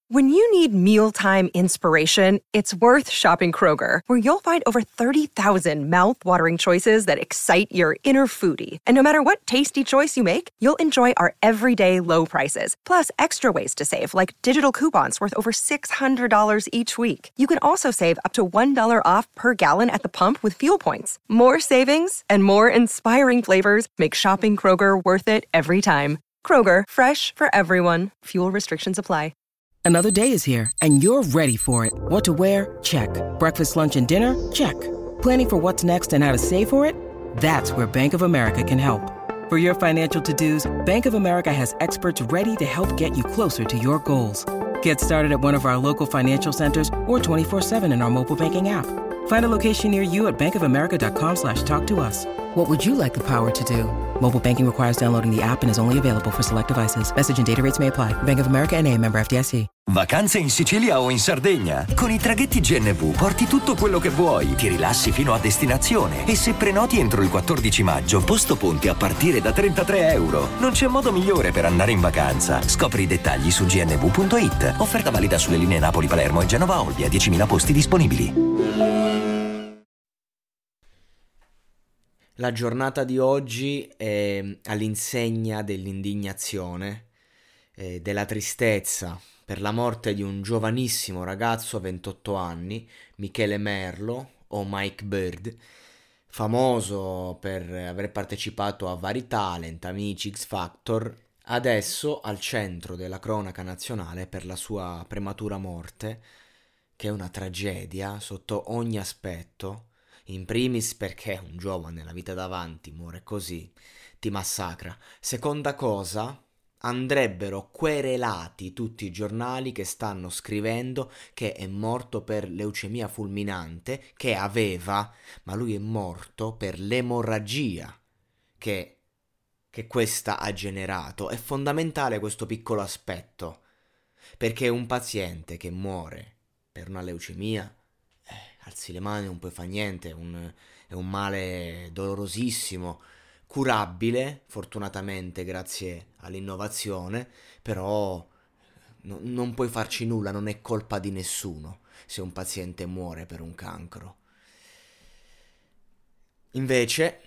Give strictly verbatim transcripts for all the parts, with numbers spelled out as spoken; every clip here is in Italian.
When you need mealtime inspiration, it's worth shopping Kroger, where you'll find over thirty thousand mouth-watering choices that excite your inner foodie. And no matter what tasty choice you make, you'll enjoy our everyday low prices, plus extra ways to save, like digital coupons worth over six hundred dollars each week. You can also save up to one dollar off per gallon at the pump with fuel points. More savings and more inspiring flavors make shopping Kroger worth it every time. Kroger, fresh for everyone. Fuel restrictions apply. Another day is here, and you're ready for it. What to wear? Check. Breakfast, lunch, and dinner? Check. Planning for what's next and how to save for it? That's where Bank of America can help. For your financial to-dos, Bank of America has experts ready to help get you closer to your goals. Get started at one of our local financial centers or twenty-four seven in our mobile banking app. Find a location near you at bankofamerica.com slash talk to us. What would you like the power to do? Mobile banking requires downloading the app and is only available for select devices. Message and data rates may apply. Bank of America N A, member F D I C. Vacanze in Sicilia o in Sardegna? Con i traghetti G N V porti tutto quello che vuoi, ti rilassi fino a destinazione e se prenoti entro il quattordici maggio, posto ponti a partire da trentatré euro. Non c'è modo migliore per andare in vacanza. Scopri i dettagli su g n v punto i t. Offerta valida sulle linee Napoli-Palermo e Genova-Olbia, diecimila posti disponibili. La giornata di oggi è all'insegna dell'indignazione, eh, della tristezza per la morte di un giovanissimo ragazzo a ventotto anni, Michele Merlo o Mike Bird, famoso per aver partecipato a vari talent, Amici, X Factor, adesso al centro della cronaca nazionale per la sua prematura morte, che è una tragedia sotto ogni aspetto. In primis perché un giovane, la vita davanti, muore così, ti massacra. Seconda cosa, andrebbero querelati tutti i giornali che stanno scrivendo che è morto per leucemia fulminante, che aveva, ma lui è morto per l'emorragia che, che questa ha generato. È fondamentale questo piccolo aspetto, perché un paziente che muore per una leucemia, alzi le mani, non puoi fare niente, è un, è un male dolorosissimo, curabile, fortunatamente grazie all'innovazione, però no, non puoi farci nulla, non è colpa di nessuno se un paziente muore per un cancro. Invece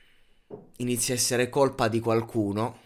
inizia a essere colpa di qualcuno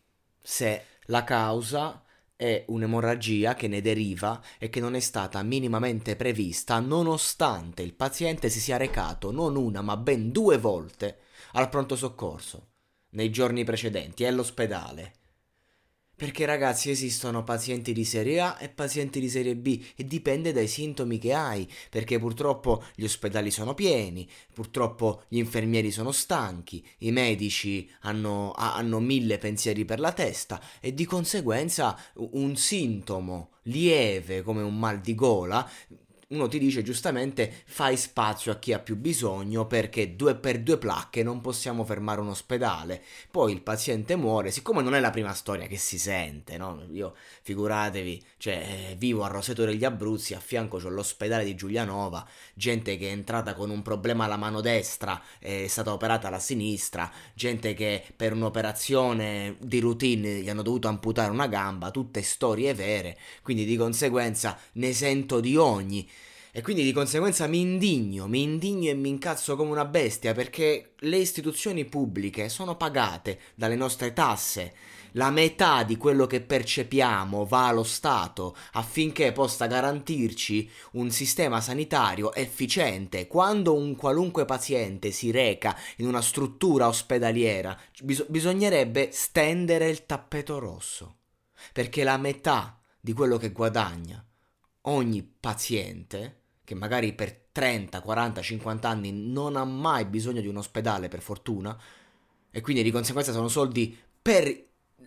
se la causa è un'emorragia che ne deriva e che non è stata minimamente prevista, nonostante il paziente si sia recato non una ma ben due volte al pronto soccorso nei giorni precedenti e all'ospedale. Perché ragazzi, esistono pazienti di serie A e pazienti di serie B e dipende dai sintomi che hai, perché purtroppo gli ospedali sono pieni, purtroppo gli infermieri sono stanchi, i medici hanno, hanno mille pensieri per la testa e di conseguenza un sintomo lieve come un mal di gola, uno ti dice giustamente fai spazio a chi ha più bisogno perché due per due placche non possiamo fermare un ospedale. Poi il paziente muore, siccome non è la prima storia che si sente, no? Io figuratevi, cioè vivo a Roseto degli Abruzzi, a fianco c'ho l'ospedale di Giulianova, gente che è entrata con un problema alla mano destra, è stata operata alla sinistra, gente che per un'operazione di routine gli hanno dovuto amputare una gamba, tutte storie vere, quindi di conseguenza ne sento di ogni. E quindi di conseguenza mi indigno, mi indigno e mi incazzo come una bestia perché le istituzioni pubbliche sono pagate dalle nostre tasse. La metà di quello che percepiamo va allo Stato affinché possa garantirci un sistema sanitario efficiente. Quando un qualunque paziente si reca in una struttura ospedaliera, bis- bisognerebbe stendere il tappeto rosso, perché la metà di quello che guadagna ogni paziente, che magari per trenta, quaranta, cinquanta anni non ha mai bisogno di un ospedale, per fortuna, e quindi di conseguenza sono soldi per,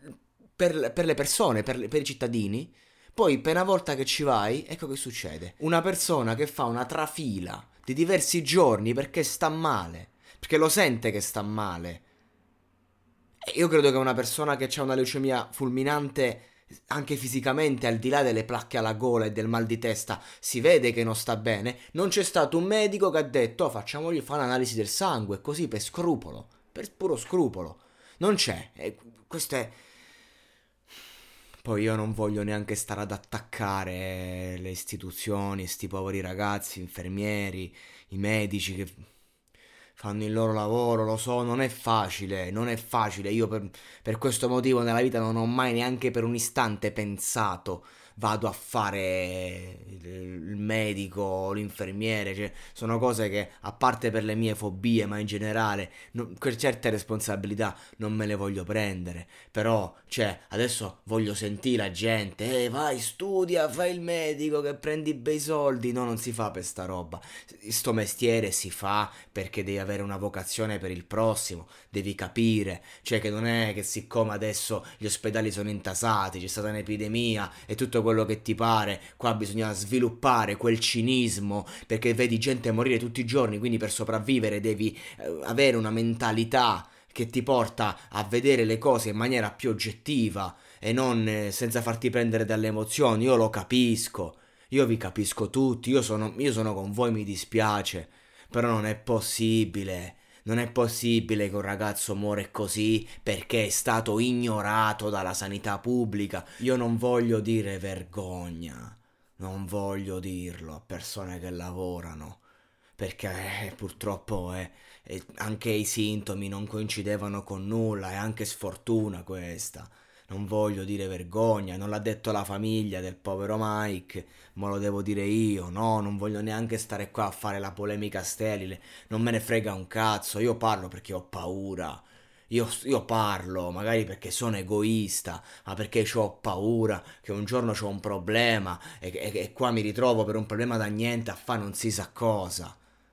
per, per le persone, per, per i cittadini. Poi per una volta che ci vai, ecco che succede. Una persona che fa una trafila di diversi giorni perché sta male, perché lo sente che sta male. E io credo che una persona che ha una leucemia fulminante, anche fisicamente, al di là delle placche alla gola e del mal di testa, si vede che non sta bene. Non c'è stato un medico che ha detto oh, facciamogli fare un'analisi del sangue, così per scrupolo, per puro scrupolo. Non c'è. E questo è Poi io non voglio neanche stare ad attaccare le istituzioni, sti poveri ragazzi, infermieri, i medici che fanno il loro lavoro, lo so, non è facile, non è facile. Io per, per questo motivo nella vita non ho mai neanche per un istante pensato vado a fare il, il medico, l'infermiere, cioè sono cose che a parte per le mie fobie, ma in generale non, per certe responsabilità non me le voglio prendere. Però, cioè, adesso voglio sentire la gente, eh, vai, studia, fai il medico che prendi bei soldi. No, non si fa per sta roba. Sto mestiere si fa perché devi avere una vocazione per il prossimo, devi capire, cioè che non è che siccome adesso gli ospedali sono intasati, c'è stata un'epidemia e tutto quello che ti pare, qua bisogna sviluppare quel cinismo perché vedi gente morire tutti i giorni, quindi per sopravvivere devi eh, avere una mentalità che ti porta a vedere le cose in maniera più oggettiva e non eh, senza farti prendere dalle emozioni. Io lo capisco, io vi capisco tutti, io sono, io sono con voi, mi dispiace, però non è possibile. Non è possibile che un ragazzo muore così perché è stato ignorato dalla sanità pubblica. Io non voglio dire vergogna, non voglio dirlo a persone che lavorano, perché eh, purtroppo eh, eh, anche i sintomi non coincidevano con nulla, è anche sfortuna questa. Non voglio dire vergogna, non l'ha detto la famiglia del povero Mike, ma lo devo dire io, no, non voglio neanche stare qua a fare la polemica sterile, non me ne frega un cazzo, io parlo perché ho paura, io, io parlo, magari perché sono egoista, ma perché ho paura che un giorno c'ho un problema e, e, e qua mi ritrovo per un problema da niente a fare non si sa cosa.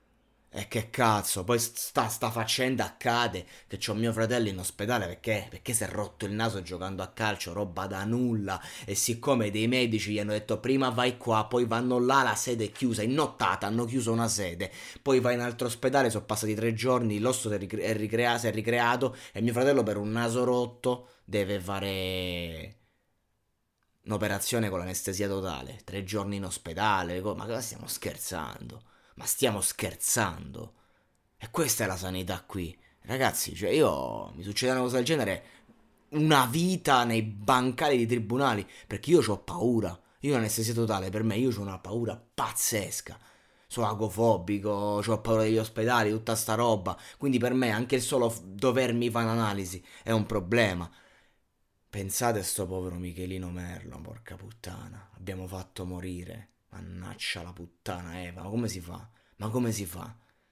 E che cazzo, poi sta, sta faccenda accade che c'ho mio fratello in ospedale perché, perché si è rotto il naso giocando a calcio, roba da nulla, e siccome dei medici gli hanno detto prima vai qua, poi vanno là, la sede è chiusa, in nottata hanno chiuso una sede, poi vai in altro ospedale, sono passati tre giorni, l'osso si è, ricre- è ricrea- si è ricreato e mio fratello per un naso rotto deve fare un'operazione con l'anestesia totale, tre giorni in ospedale, ma cosa stiamo scherzando? Ma stiamo scherzando? E questa è la sanità qui. Ragazzi, cioè io mi succede una cosa del genere, una vita nei bancali di tribunali, perché io ho paura. Io l'anestesia totale, per me, io ho una paura pazzesca. Sono agofobico, ho paura degli ospedali, tutta sta roba. Quindi per me anche il solo f- dovermi fare un'analisi è un problema. Pensate a sto povero Michelino Merlo, porca puttana. Abbiamo fatto morire. Mannaccia la puttana Eva, ma come si fa? Ma come si fa?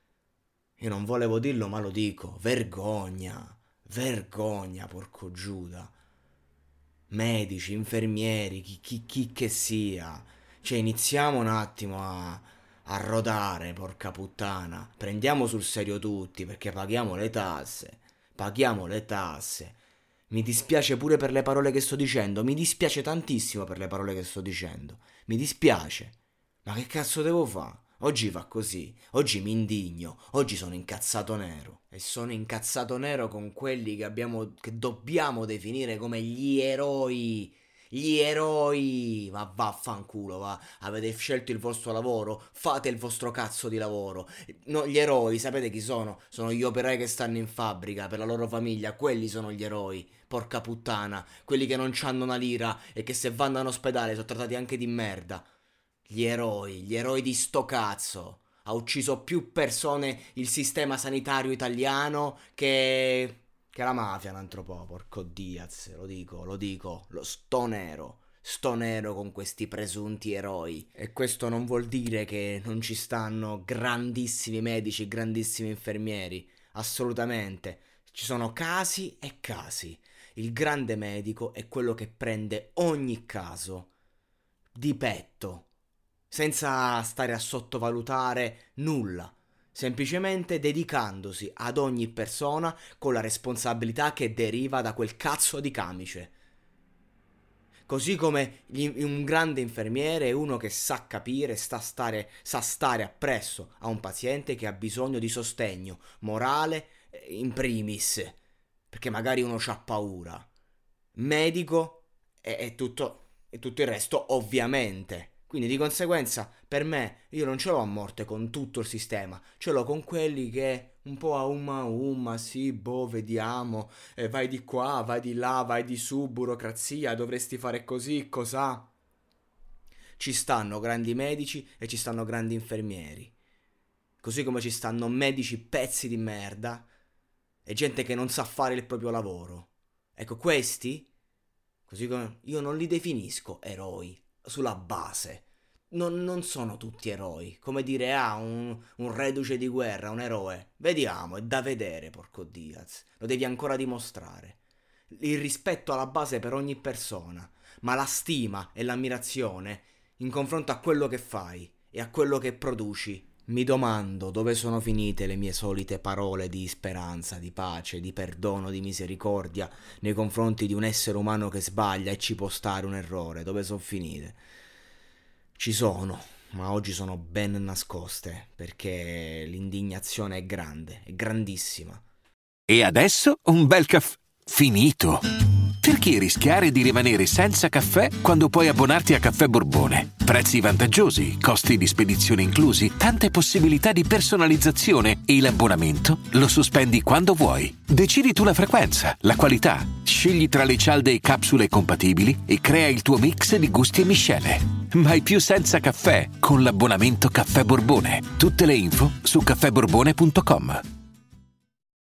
Io non volevo dirlo, ma lo dico. Vergogna, vergogna, porco Giuda. Medici, infermieri, chi, chi, chi che sia. Cioè, iniziamo un attimo a, a rodare, porca puttana. Prendiamo sul serio tutti, perché paghiamo le tasse. Paghiamo le tasse. Mi dispiace pure per le parole che sto dicendo, mi dispiace tantissimo per le parole che sto dicendo. Mi dispiace. Ma che cazzo devo fare? Oggi va così, oggi mi indigno, oggi sono incazzato nero. E sono incazzato nero con quelli che abbiamo, che dobbiamo definire come gli eroi. Gli eroi! Ma vaffanculo, va. Avete scelto il vostro lavoro? Fate il vostro cazzo di lavoro. No, gli eroi, sapete chi sono? Sono gli operai che stanno in fabbrica per la loro famiglia. Quelli sono gli eroi. Porca puttana. Quelli che non c'hanno una lira e che se vanno in ospedale sono trattati anche di merda. Gli eroi, gli eroi di sto cazzo. Ha ucciso più persone il sistema sanitario italiano che... che la mafia un altro po', porco Diaz, lo dico, lo dico, lo sto nero, sto nero con questi presunti eroi. E questo non vuol dire che non ci stanno grandissimi medici, grandissimi infermieri, assolutamente. Ci sono casi e casi. Il grande medico è quello che prende ogni caso di petto, senza stare a sottovalutare nulla. Semplicemente dedicandosi ad ogni persona con la responsabilità che deriva da quel cazzo di camice. Così come gli, un grande infermiere è uno che sa capire, sta stare, sa stare appresso a un paziente che ha bisogno di sostegno morale in primis, perché magari uno c'ha paura. Medico e, e, tutto, e tutto il resto ovviamente. Quindi di conseguenza per me io non ce l'ho a morte con tutto il sistema, ce l'ho con quelli che un po' a umma a umma, sì, boh, vediamo, eh, vai di qua, vai di là, vai di su, burocrazia, dovresti fare così, cos'ha. Ci stanno grandi medici e ci stanno grandi infermieri, così come ci stanno medici pezzi di merda e gente che non sa fare il proprio lavoro. Ecco, questi, così come io non li definisco eroi sulla base, non, non sono tutti eroi, come dire ah un, un reduce di guerra, un eroe, vediamo, è da vedere, porco Diaz, lo devi ancora dimostrare. Il rispetto alla base per ogni persona, ma la stima e l'ammirazione in confronto a quello che fai e a quello che produci. Mi domando dove sono finite le mie solite parole di speranza, di pace, di perdono, di misericordia nei confronti di un essere umano che sbaglia e ci può stare un errore. Dove sono finite? Ci sono, ma oggi sono ben nascoste perché l'indignazione è grande, è grandissima. E adesso un bel caffè finito. Perché rischiare di rimanere senza caffè quando puoi abbonarti a Caffè Borbone? Prezzi vantaggiosi, costi di spedizione inclusi, tante possibilità di personalizzazione e l'abbonamento lo sospendi quando vuoi. Decidi tu la frequenza, la qualità, scegli tra le cialde e capsule compatibili e crea il tuo mix di gusti e miscele. Mai più senza caffè con l'abbonamento Caffè Borbone. Tutte le info su caffè borbone punto com.